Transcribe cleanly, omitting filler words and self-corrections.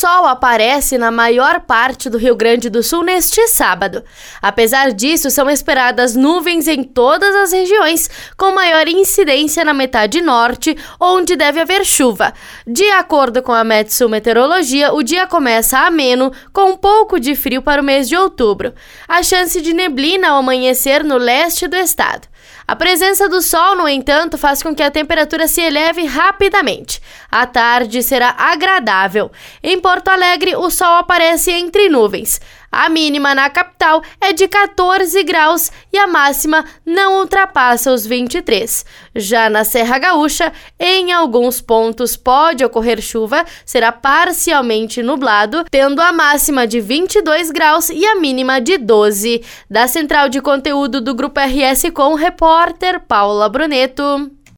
sol aparece na maior parte do Rio Grande do Sul neste sábado. Apesar disso, são esperadas nuvens em todas as regiões, com maior incidência na metade norte, onde deve haver chuva. De acordo com a Metsu Meteorologia, o dia começa ameno, com um pouco de frio para o mês de outubro. A chance de neblina ao amanhecer no leste do estado. A presença do sol, no entanto, faz com que a temperatura se eleve rapidamente. A tarde será agradável. Em Porto Alegre, o sol aparece entre nuvens. A mínima na capital é de 14 graus e a máxima não ultrapassa os 23. Já na Serra Gaúcha, em alguns pontos pode ocorrer chuva, será parcialmente nublado, tendo a máxima de 22 graus e a mínima de 12. Da Central de Conteúdo do Grupo RS Com, repórter Paula Bruneto.